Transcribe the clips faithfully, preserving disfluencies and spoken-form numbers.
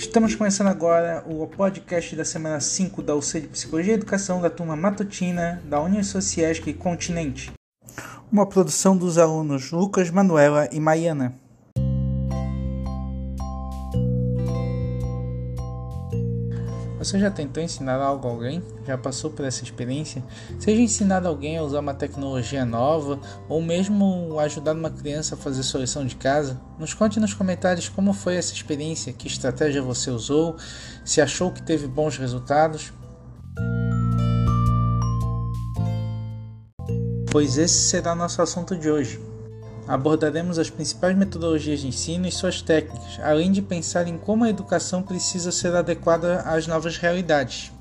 Estamos começando agora o podcast da semana cinco da U C de Psicologia e Educação da turma matutina da União Sociesc Continente. Uma produção dos alunos Lucas, Manuela e Maiana. Você já tentou ensinar algo a alguém? Já passou por essa experiência? Seja ensinado alguém a usar uma tecnologia nova ou mesmo ajudar uma criança a fazer sua lição de casa? Nos conte nos comentários como foi essa experiência, que estratégia você usou, se achou que teve bons resultados. Pois esse será nosso assunto de hoje. Abordaremos as principais metodologias de ensino e suas técnicas, além de pensar em como a educação precisa ser adequada às novas realidades.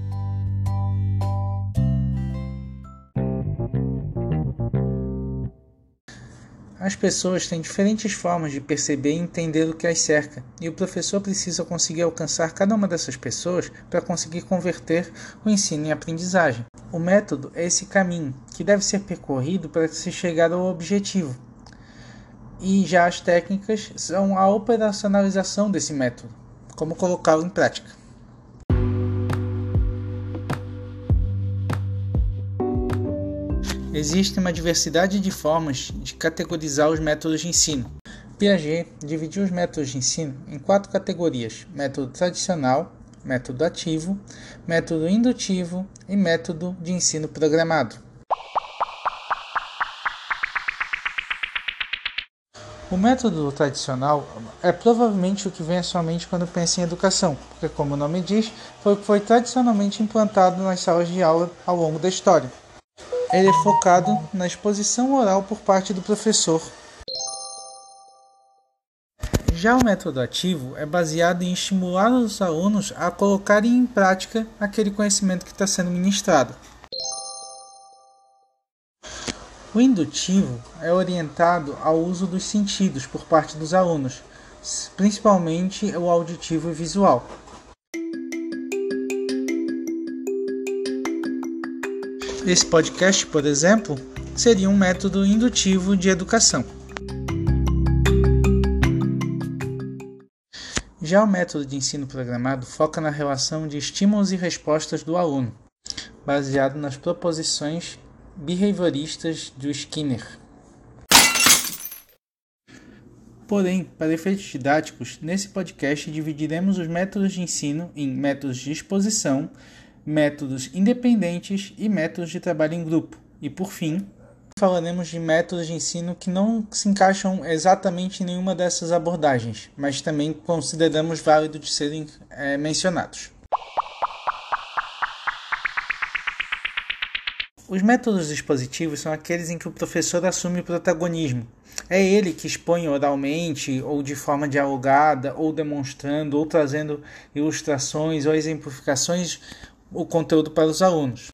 As pessoas têm diferentes formas de perceber e entender o que as cerca, e o professor precisa conseguir alcançar cada uma dessas pessoas para conseguir converter o ensino em aprendizagem. O método é esse caminho, que deve ser percorrido para se chegar ao objetivo. E já as técnicas são a operacionalização desse método, como colocá-lo em prática. Existe uma diversidade de formas de categorizar os métodos de ensino. Piaget dividiu os métodos de ensino em quatro categorias: método tradicional, método ativo, método indutivo e método de ensino programado. O método tradicional é provavelmente o que vem à sua mente quando pensa em educação, porque, como o nome diz, foi o que foi tradicionalmente implantado nas salas de aula ao longo da história. Ele é focado na exposição oral por parte do professor. Já o método ativo é baseado em estimular os alunos a colocarem em prática aquele conhecimento que está sendo ministrado. O indutivo é orientado ao uso dos sentidos por parte dos alunos, principalmente o auditivo e visual. Esse podcast, por exemplo, seria um método indutivo de educação. Já o método de ensino programado foca na relação de estímulos e respostas do aluno, baseado nas proposições behavioristas do Skinner. Porém, para efeitos didáticos, nesse podcast dividiremos os métodos de ensino em métodos de exposição, métodos independentes e métodos de trabalho em grupo. E, por fim, falaremos de métodos de ensino que não se encaixam exatamente em nenhuma dessas abordagens, mas também consideramos válido de serem é, mencionados. Os métodos expositivos são aqueles em que o professor assume o protagonismo. É ele que expõe oralmente, ou de forma dialogada, ou demonstrando, ou trazendo ilustrações ou exemplificações o conteúdo para os alunos.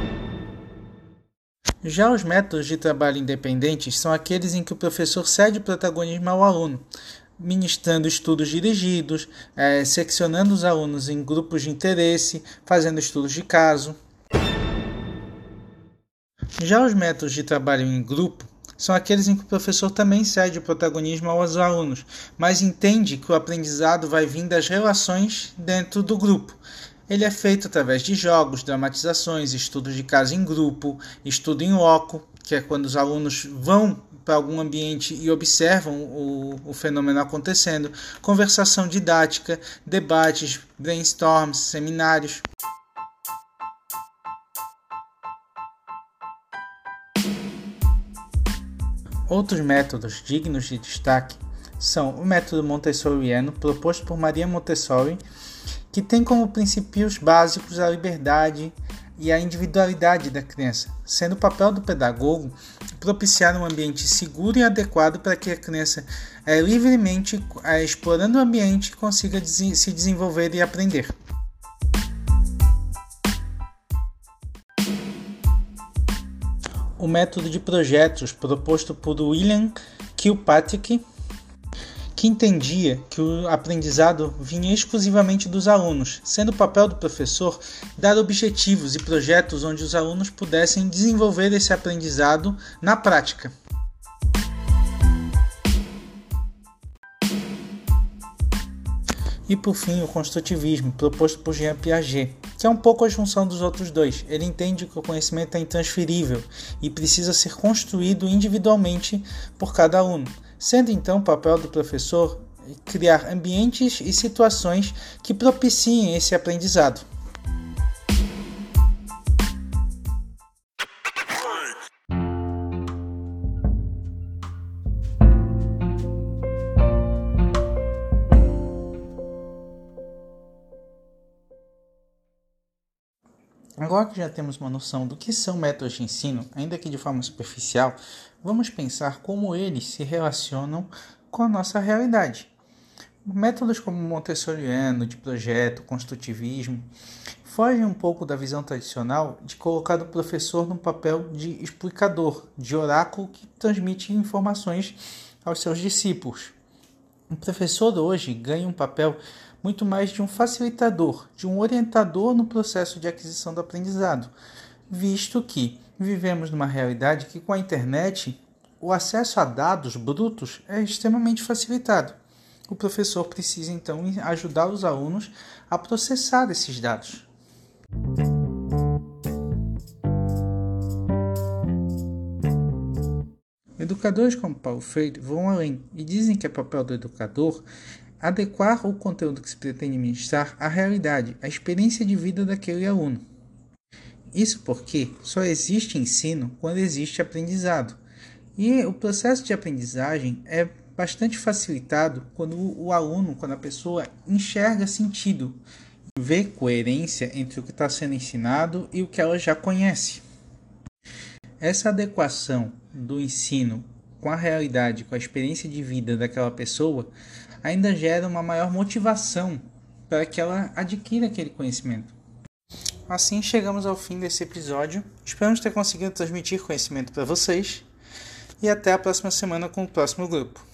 Já os métodos de trabalho independentes são aqueles em que o professor cede o protagonismo ao aluno, ministrando estudos dirigidos, é, seccionando os alunos em grupos de interesse, fazendo estudos de caso. Já os métodos de trabalho em grupo são aqueles em que o professor também cede o protagonismo aos alunos, mas entende que o aprendizado vai vir das relações dentro do grupo. Ele é feito através de jogos, dramatizações, estudos de caso em grupo, estudo em loco, que é quando os alunos vão para algum ambiente e observam o, o fenômeno acontecendo, conversação didática, debates, brainstorms, seminários. Outros métodos dignos de destaque são o método montessoriano, proposto por Maria Montessori, que tem como princípios básicos a liberdade e a individualidade da criança, sendo o papel do pedagogo propiciar um ambiente seguro e adequado para que a criança, é, livremente, é, explorando o ambiente, consiga des- se desenvolver e aprender. O método de projetos proposto por William Kilpatrick, que entendia que o aprendizado vinha exclusivamente dos alunos, sendo o papel do professor dar objetivos e projetos onde os alunos pudessem desenvolver esse aprendizado na prática. E por fim, o construtivismo, proposto por Jean Piaget, que é um pouco a junção dos outros dois. Ele entende que o conhecimento é intransferível e precisa ser construído individualmente por cada aluno, sendo então o papel do professor criar ambientes e situações que propiciem esse aprendizado. Agora que já temos uma noção do que são métodos de ensino, ainda que de forma superficial, vamos pensar como eles se relacionam com a nossa realidade. Métodos como o montessoriano, de projeto, construtivismo, fogem um pouco da visão tradicional de colocar o professor no papel de explicador, de oráculo que transmite informações aos seus discípulos. O professor hoje ganha um papel muito mais de um facilitador, de um orientador no processo de aquisição do aprendizado, visto que vivemos numa realidade que com a internet o acesso a dados brutos é extremamente facilitado. O professor precisa então ajudar os alunos a processar esses dados. Educadores como Paulo Freire vão além e dizem que é papel do educador adequar o conteúdo que se pretende ministrar à realidade, à experiência de vida daquele aluno. Isso porque só existe ensino quando existe aprendizado. E o processo de aprendizagem é bastante facilitado quando o aluno, quando a pessoa enxerga sentido, vê coerência entre o que está sendo ensinado e o que ela já conhece. Essa adequação do ensino com a realidade, com a experiência de vida daquela pessoa, ainda gera uma maior motivação para que ela adquira aquele conhecimento. Assim chegamos ao fim desse episódio. Esperamos ter conseguido transmitir conhecimento para vocês e até a próxima semana com o próximo grupo.